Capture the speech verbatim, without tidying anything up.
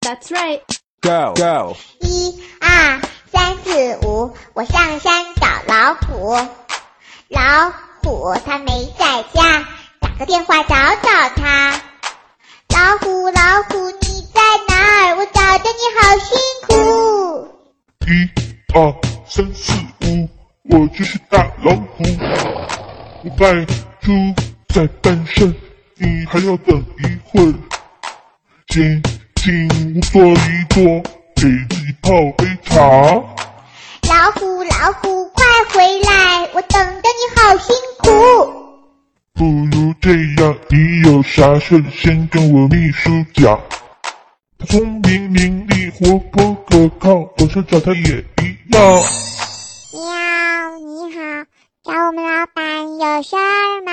That's right. Go go. 一二三四五，我上山找老虎。老虎它没在家，打个电话找找他。老虎老虎你在哪儿？我找着你好辛苦。 一二三四五，我就是大老虎。我派猪在诞生，你还要等一会儿。先进屋坐一坐，给自己泡杯茶。 老虎老虎快回来，我等着你好辛苦。 不如这样，你有啥事先跟我秘书讲。他聪明伶俐，活泼可靠，我想找他也一样。 喵，你好，找我们老板有事儿吗？